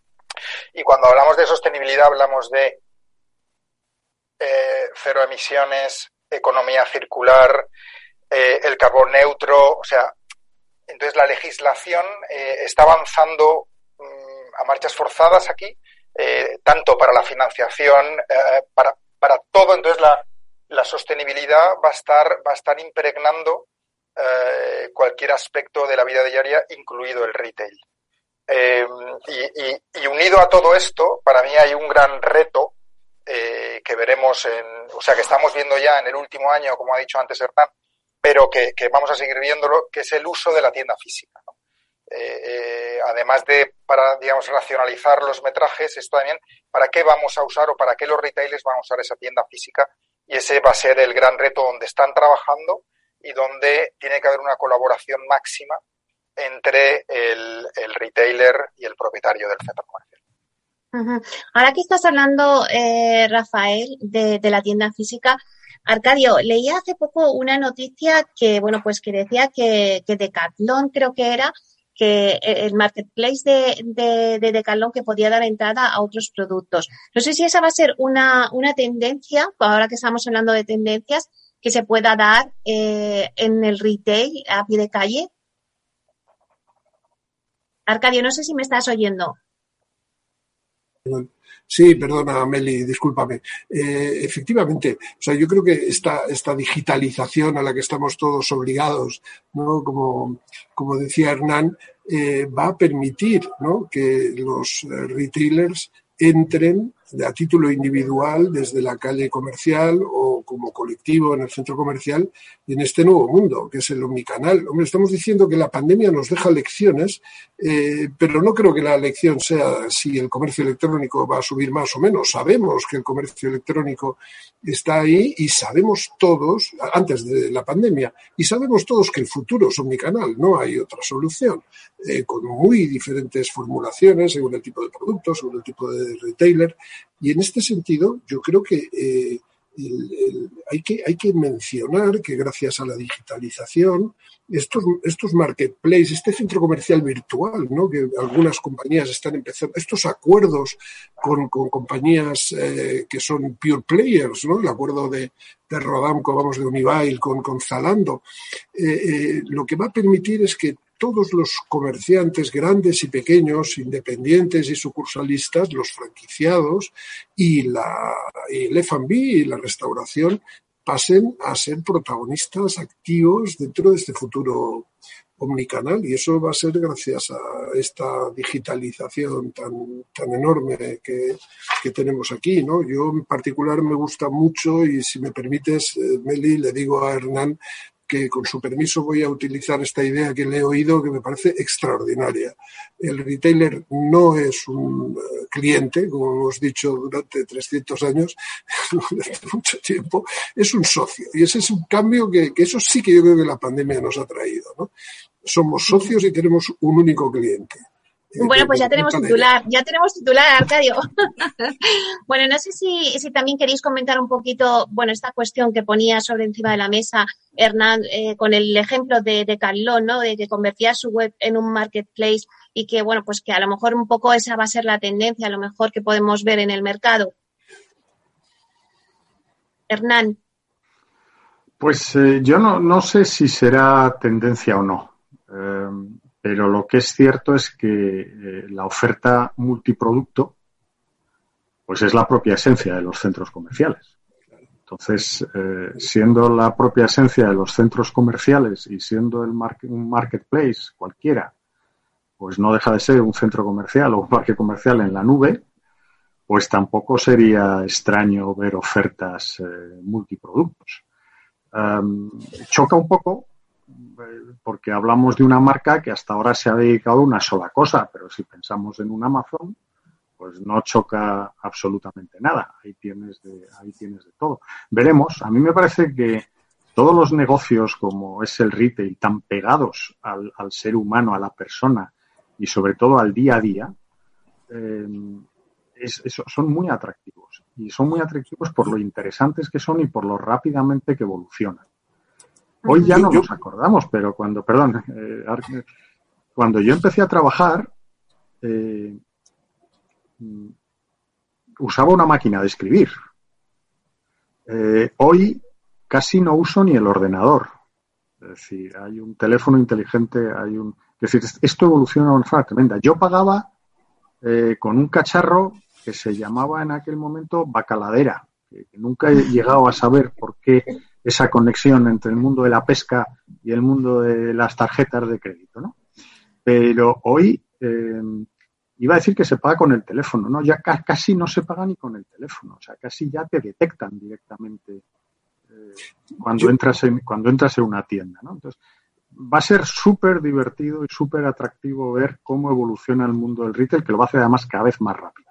Y cuando hablamos de sostenibilidad hablamos de eh, cero emisiones, economía circular, eh, el carbón neutro, o sea, entonces la legislación eh, está avanzando mmm, a marchas forzadas aquí, eh, tanto para la financiación, eh, para, para todo, entonces la, la sostenibilidad va a estar, va a estar impregnando eh, cualquier aspecto de la vida diaria, incluido el retail. Eh, y, y, y unido a todo esto, para mí hay un gran reto eh, que veremos, en, o sea, que estamos viendo ya en el último año, como ha dicho antes Hernán, pero que, que vamos a seguir viéndolo, que es el uso de la tienda física, ¿no? Eh, eh, además de, para, digamos, racionalizar los metrajes, esto también, ¿para qué vamos a usar o para qué los retailers van a usar esa tienda física? Y ese va a ser el gran reto donde están trabajando y donde tiene que haber una colaboración máxima entre el, el retailer y el propietario del centro comercial. Uh-huh. Ahora que estás hablando, eh, Rafael, de, de la tienda física, Arcadio, leía hace poco una noticia que, bueno, pues que decía que, que Decathlon, creo que era, que el marketplace de, de, de Decathlon que podía dar entrada a otros productos. No sé si esa va a ser una, una tendencia, ahora que estamos hablando de tendencias, que se pueda dar eh, en el retail a pie de calle. Arcadio, no sé si me estás oyendo. Sí, perdona, Meli, discúlpame. Eh, efectivamente, o sea, yo creo que esta, esta digitalización a la que estamos todos obligados, ¿no? Como, como decía Hernán, eh, va a permitir, ¿no?, que los retailers entren a título individual desde la calle comercial o como colectivo en el centro comercial en este nuevo mundo, que es el omnicanal. Hombre, estamos diciendo que la pandemia nos deja lecciones, eh, pero no creo que la lección sea si el comercio electrónico va a subir más o menos. Sabemos que el comercio electrónico está ahí y sabemos todos, antes de la pandemia, y sabemos todos que el futuro es omnicanal, no hay otra solución, eh, con muy diferentes formulaciones según el tipo de producto, según el tipo de retailer. Y en este sentido, yo creo que eh, el, el, hay que hay que mencionar que gracias a la digitalización, estos estos marketplaces, este centro comercial virtual, ¿no?, que algunas compañías están empezando, estos acuerdos con, con compañías eh, que son pure players, ¿no?, el acuerdo de, de Rodamco, vamos, de Unibail con, con Zalando, eh, eh, lo que va a permitir es que todos los comerciantes grandes y pequeños, independientes y sucursalistas, los franquiciados y, la, y el F and B y la restauración pasen a ser protagonistas activos dentro de este futuro omnicanal, y eso va a ser gracias a esta digitalización tan, tan enorme que, que tenemos aquí, ¿no? Yo en particular me gusta mucho, y si me permites, Meli, le digo a Hernán que con su permiso voy a utilizar esta idea que le he oído, que me parece extraordinaria. El retailer no es un cliente, como hemos dicho durante trescientos años, durante mucho tiempo, es un socio. Y ese es un cambio que, que eso sí que yo creo que la pandemia nos ha traído, ¿no? Somos socios y tenemos un único cliente. Bueno, pues ya tenemos titular, ya tenemos titular, Arcadio. Bueno, no sé si, si también queréis comentar un poquito, bueno, esta cuestión que ponía sobre encima de la mesa Hernán, eh, con el ejemplo de, de Decathlon, ¿no?, de que convertía su web en un marketplace y que, bueno, pues que a lo mejor un poco esa va a ser la tendencia, a lo mejor que podemos ver en el mercado. Hernán. Pues eh, yo no, no sé si será tendencia o no. Eh, Pero lo que es cierto es que eh, la oferta multiproducto pues es la propia esencia de los centros comerciales. Entonces, eh, siendo la propia esencia de los centros comerciales y siendo el mar- un marketplace cualquiera, pues no deja de ser un centro comercial o un parque comercial en la nube, pues tampoco sería extraño ver ofertas eh, multiproductos. Um, choca un poco, porque hablamos de una marca que hasta ahora se ha dedicado a una sola cosa, pero si pensamos en un Amazon, pues no choca absolutamente nada. Ahí tienes de, ahí tienes de todo. Veremos. A mí me parece que todos los negocios, como es el retail, tan pegados al, al ser humano, a la persona y sobre todo al día a día, eh, es, es, son muy atractivos. Y son muy atractivos por lo interesantes que son y por lo rápidamente que evolucionan. Hoy ya no nos acordamos, pero cuando, perdón, eh, cuando yo empecé a trabajar, eh, usaba una máquina de escribir. Eh, hoy casi no uso ni el ordenador. Es decir, hay un teléfono inteligente, hay un... Es decir, esto evoluciona de una forma tremenda. Yo pagaba eh, con un cacharro que se llamaba en aquel momento bacaladera, que, que nunca he llegado a saber por qué esa conexión entre el mundo de la pesca y el mundo de las tarjetas de crédito, ¿no? Pero hoy eh, iba a decir que se paga con el teléfono, ¿no? Ya ca- casi no se paga ni con el teléfono, o sea, casi ya te detectan directamente eh, cuando Yo- entras en cuando entras en una tienda, ¿no? Entonces, va a ser súper divertido y súper atractivo ver cómo evoluciona el mundo del retail, que lo va a hacer además cada vez más rápido.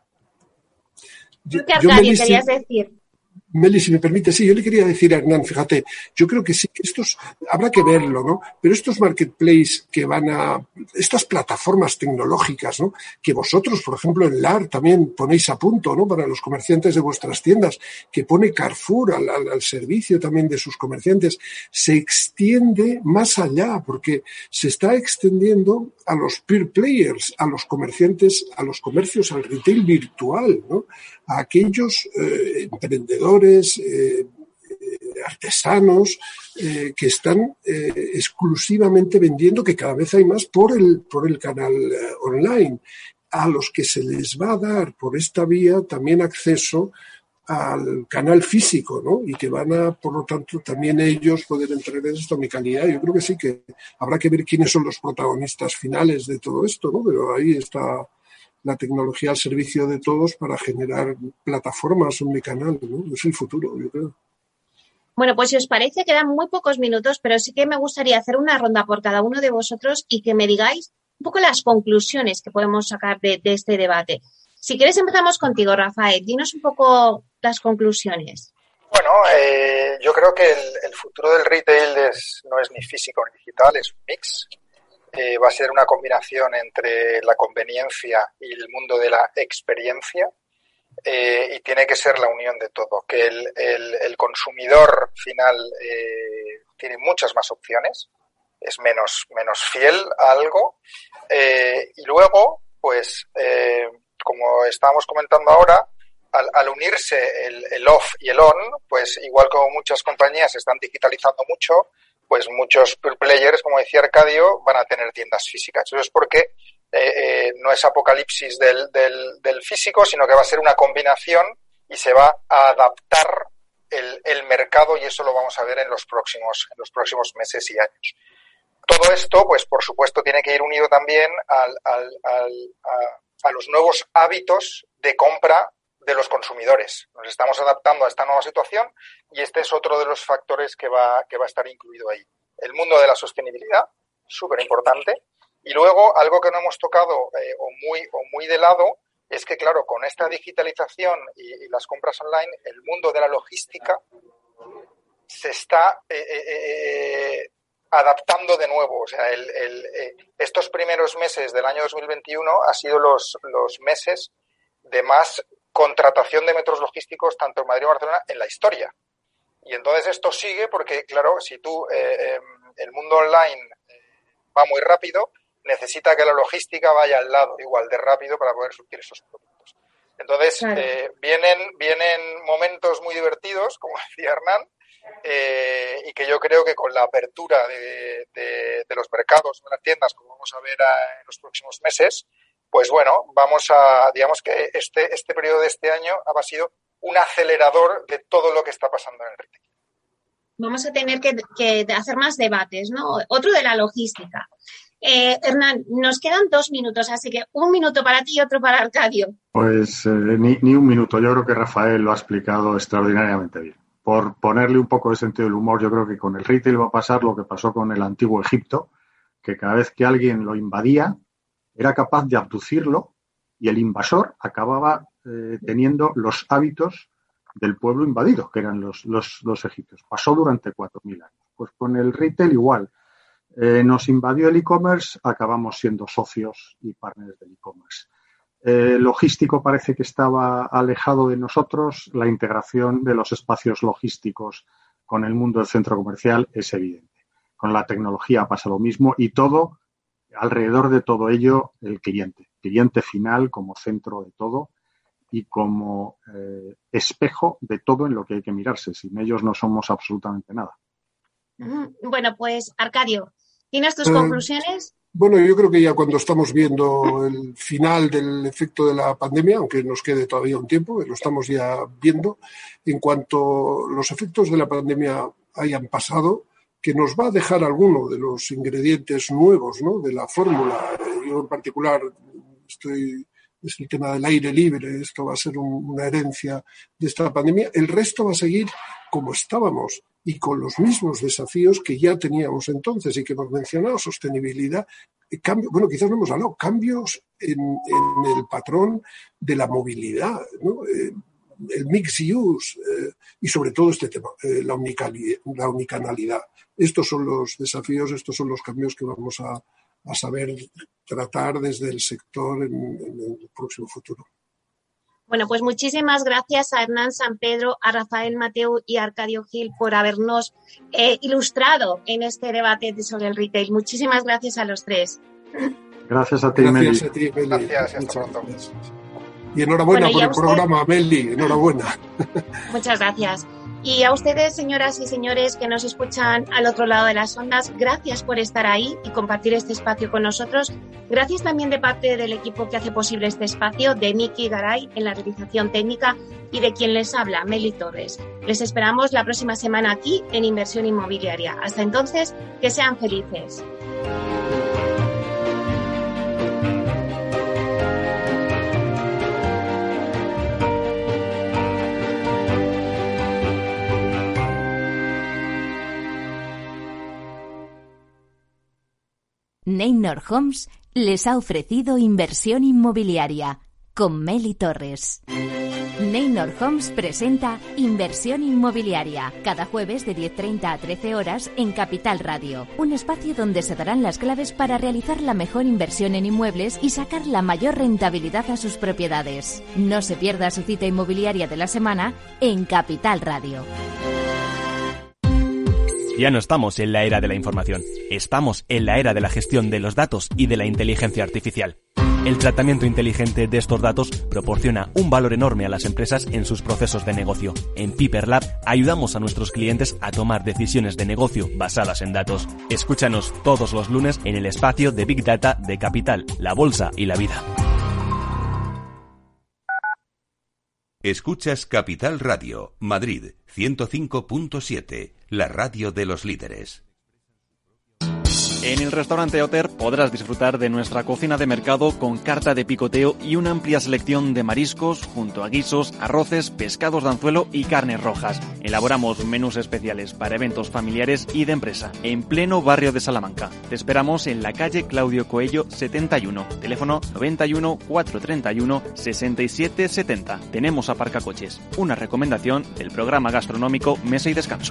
Yo, ¿Qué, yo, Arcadio, Meli, querías sí- decir? Meli, si me permite, sí, yo le quería decir a Hernán, fíjate, yo creo que sí, que estos, habrá que verlo, ¿no? Pero estos marketplaces que van a, estas plataformas tecnológicas, ¿no? Que vosotros, por ejemplo, en L A R también ponéis a punto, ¿no? Para los comerciantes de vuestras tiendas, que pone Carrefour al, al, al servicio también de sus comerciantes, se extiende más allá, porque se está extendiendo a los peer players, a los comerciantes, a los comercios, al retail virtual, ¿no? A aquellos eh, emprendedores, eh, eh, artesanos eh, que están eh, exclusivamente vendiendo, que cada vez hay más por el, por el canal eh, online, a los que se les va a dar por esta vía también acceso al canal físico, ¿no? Y que van a, por lo tanto, también ellos poder entrar en esta omnicanalidad. Yo creo que sí, que habrá que ver quiénes son los protagonistas finales de todo esto, ¿no? Pero ahí está la tecnología al servicio de todos para generar plataformas omnicanal, ¿no? Es el futuro, yo creo. Bueno, pues si os parece, quedan muy pocos minutos, pero sí que me gustaría hacer una ronda por cada uno de vosotros y que me digáis un poco las conclusiones que podemos sacar de, de este debate. Si quieres, empezamos contigo, Rafael. Dinos un poco las conclusiones. Bueno, eh, yo creo que el, el futuro del retail es, no es ni físico ni digital, es un mix. Eh, va a ser una combinación entre la conveniencia y el mundo de la experiencia. Eh, y tiene que ser la unión de todo, que el, el, el consumidor final eh, tiene muchas más opciones, es menos, menos fiel a algo, eh, y luego, pues, eh, como estábamos comentando ahora, al, al unirse el, el off y el on, pues igual como muchas compañías se están digitalizando mucho, pues muchos players, como decía Arcadio, van a tener tiendas físicas. Eso es porque Eh, eh, no es apocalipsis del, del, del físico, sino que va a ser una combinación y se va a adaptar el, el mercado, y eso lo vamos a ver en los próximos, en los próximos meses y años. Todo esto, pues por supuesto, tiene que ir unido también al, al, al, a, a los nuevos hábitos de compra de los consumidores. Nos estamos adaptando a esta nueva situación y este es otro de los factores que va, que va a estar incluido ahí. El mundo de la sostenibilidad, súper importante. Y luego, algo que no hemos tocado eh, o muy o muy de lado, es que, claro, con esta digitalización y, y las compras online, el mundo de la logística se está eh, eh, adaptando de nuevo. O sea, el, el, eh, estos primeros meses del año dos mil veintiuno han sido los, los meses de más contratación de metros logísticos, tanto en Madrid como en Barcelona, en la historia. Y entonces esto sigue porque, claro, si tú, eh, eh, el mundo online va muy rápido, necesita que la logística vaya al lado igual de rápido para poder surtir esos productos. Entonces, claro. eh, vienen, vienen momentos muy divertidos, como decía Hernán, eh, y que yo creo que con la apertura de, de, de los mercados, de las tiendas, como vamos a ver a, en los próximos meses, pues bueno, vamos a, digamos que este, este periodo de este año ha sido un acelerador de todo lo que está pasando en el retail. Vamos a tener que, que hacer más debates, ¿no? Otro de la logística. Eh, Hernán, nos quedan dos minutos, así que un minuto para ti y otro para Arcadio. Pues eh, ni, ni un minuto. Yo creo que Rafael lo ha explicado extraordinariamente bien. Por ponerle un poco de sentido del humor, yo creo que con el retail va a pasar lo que pasó con el antiguo Egipto, que cada vez que alguien lo invadía, era capaz de abducirlo y el invasor acababa eh, teniendo los hábitos del pueblo invadido, que eran los, los, los egipcios. Pasó durante cuatro mil años. Pues con el retail igual. Eh, nos invadió el e-commerce, acabamos siendo socios y partners del e-commerce. Eh, logístico parece que estaba alejado de nosotros. La integración de los espacios logísticos con el mundo del centro comercial es evidente. Con la tecnología pasa lo mismo y todo, alrededor de todo ello, el cliente. Cliente final como centro de todo. y como eh, espejo de todo en lo que hay que mirarse. Sin ellos no somos absolutamente nada. Bueno, pues Arcadio, ¿tienes tus eh, conclusiones? Bueno, yo creo que ya cuando estamos viendo el final del efecto de la pandemia, aunque nos quede todavía un tiempo, lo estamos ya viendo, en cuanto los efectos de la pandemia hayan pasado, que nos va a dejar alguno de los ingredientes nuevos, ¿no?, de la fórmula. Yo en particular estoy... es el tema del aire libre, esto va a ser un, una herencia de esta pandemia. El resto va a seguir como estábamos y con los mismos desafíos que ya teníamos entonces y que hemos mencionado: sostenibilidad, cambio, bueno, quizás no hemos hablado, cambios en, en el patrón de la movilidad, ¿no? Eh, el mixed use eh, y sobre todo este tema, eh, la, unicali- la unicanalidad. Estos son los desafíos, estos son los cambios que vamos a a saber tratar desde el sector en, en el próximo futuro. Bueno, pues muchísimas gracias a Hernán San Pedro, a Rafael Mateu y a Arcadio Gil por habernos eh, ilustrado en este debate sobre el retail. Muchísimas gracias a los tres. Gracias a ti, Gracias Meli. a ti, Meli. Gracias, hasta pronto. Gracias. Y enhorabuena Bueno, y por a el usted... programa, Meli, enhorabuena. Muchas gracias. Y a ustedes, señoras y señores que nos escuchan al otro lado de las ondas, gracias por estar ahí y compartir este espacio con nosotros. Gracias también de parte del equipo que hace posible este espacio, de Miki Garay en la realización técnica y de quien les habla, Meli Torres. Les esperamos la próxima semana aquí en Inversión Inmobiliaria. Hasta entonces, que sean felices. Neynor Homes les ha ofrecido Inversión Inmobiliaria con Meli Torres. Neynor Homes presenta Inversión Inmobiliaria cada jueves de diez treinta a trece horas en Capital Radio, un espacio donde se darán las claves para realizar la mejor inversión en inmuebles y sacar la mayor rentabilidad a sus propiedades. No se pierda su cita inmobiliaria de la semana en Capital Radio. Ya no estamos en la era de la información, estamos en la era de la gestión de los datos y de la inteligencia artificial. El tratamiento inteligente de estos datos proporciona un valor enorme a las empresas en sus procesos de negocio. En Piper Lab ayudamos a nuestros clientes a tomar decisiones de negocio basadas en datos. Escúchanos todos los lunes en el espacio de Big Data de Capital, la Bolsa y la Vida. Escuchas Capital Radio, Madrid, ciento cinco punto siete, la radio de los líderes. En el restaurante Otter podrás disfrutar de nuestra cocina de mercado con carta de picoteo y una amplia selección de mariscos junto a guisos, arroces, pescados de anzuelo y carnes rojas. Elaboramos menús especiales para eventos familiares y de empresa en pleno barrio de Salamanca. Te esperamos en la calle Claudio Coello setenta y uno, teléfono noventa y uno, cuatrocientos treinta y uno, sesenta y siete setenta. Tenemos aparcacoches, una recomendación del programa gastronómico Mesa y Descanso.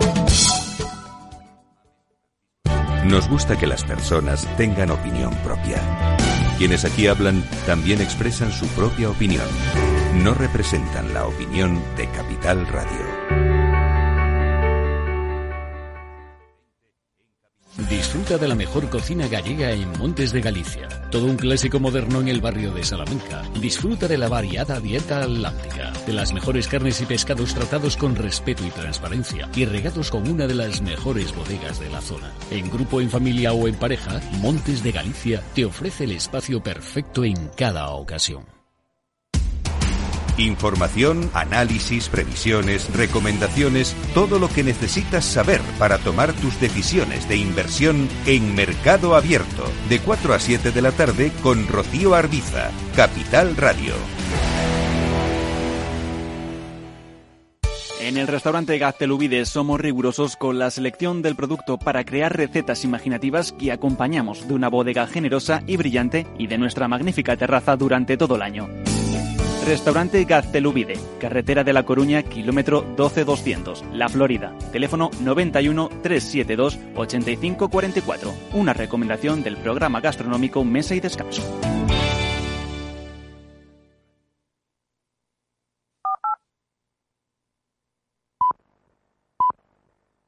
Nos gusta que las personas tengan opinión propia. Quienes aquí hablan también expresan su propia opinión. No representan la opinión de Capital Radio. Disfruta de la mejor cocina gallega en Montes de Galicia. Todo un clásico moderno en el barrio de Salamanca. Disfruta de la variada dieta atlántica, de las mejores carnes y pescados tratados con respeto y transparencia y regados con una de las mejores bodegas de la zona. En grupo, en familia o en pareja, Montes de Galicia te ofrece el espacio perfecto en cada ocasión. Información, análisis, previsiones, recomendaciones, todo lo que necesitas saber para tomar tus decisiones de inversión en Mercado Abierto, de cuatro a siete de la tarde con Rocío Arbiza, Capital Radio. En el restaurante Gaztelubides somos rigurosos con la selección del producto para crear recetas imaginativas que acompañamos de una bodega generosa y brillante y de nuestra magnífica terraza durante todo el año. Restaurante Gaztelubide, carretera de La Coruña, kilómetro doce doscientos, La Florida. Teléfono noventa y uno, trescientos setenta y dos, ochenta y cinco cuarenta y cuatro. Una recomendación del programa gastronómico Mesa y Descanso.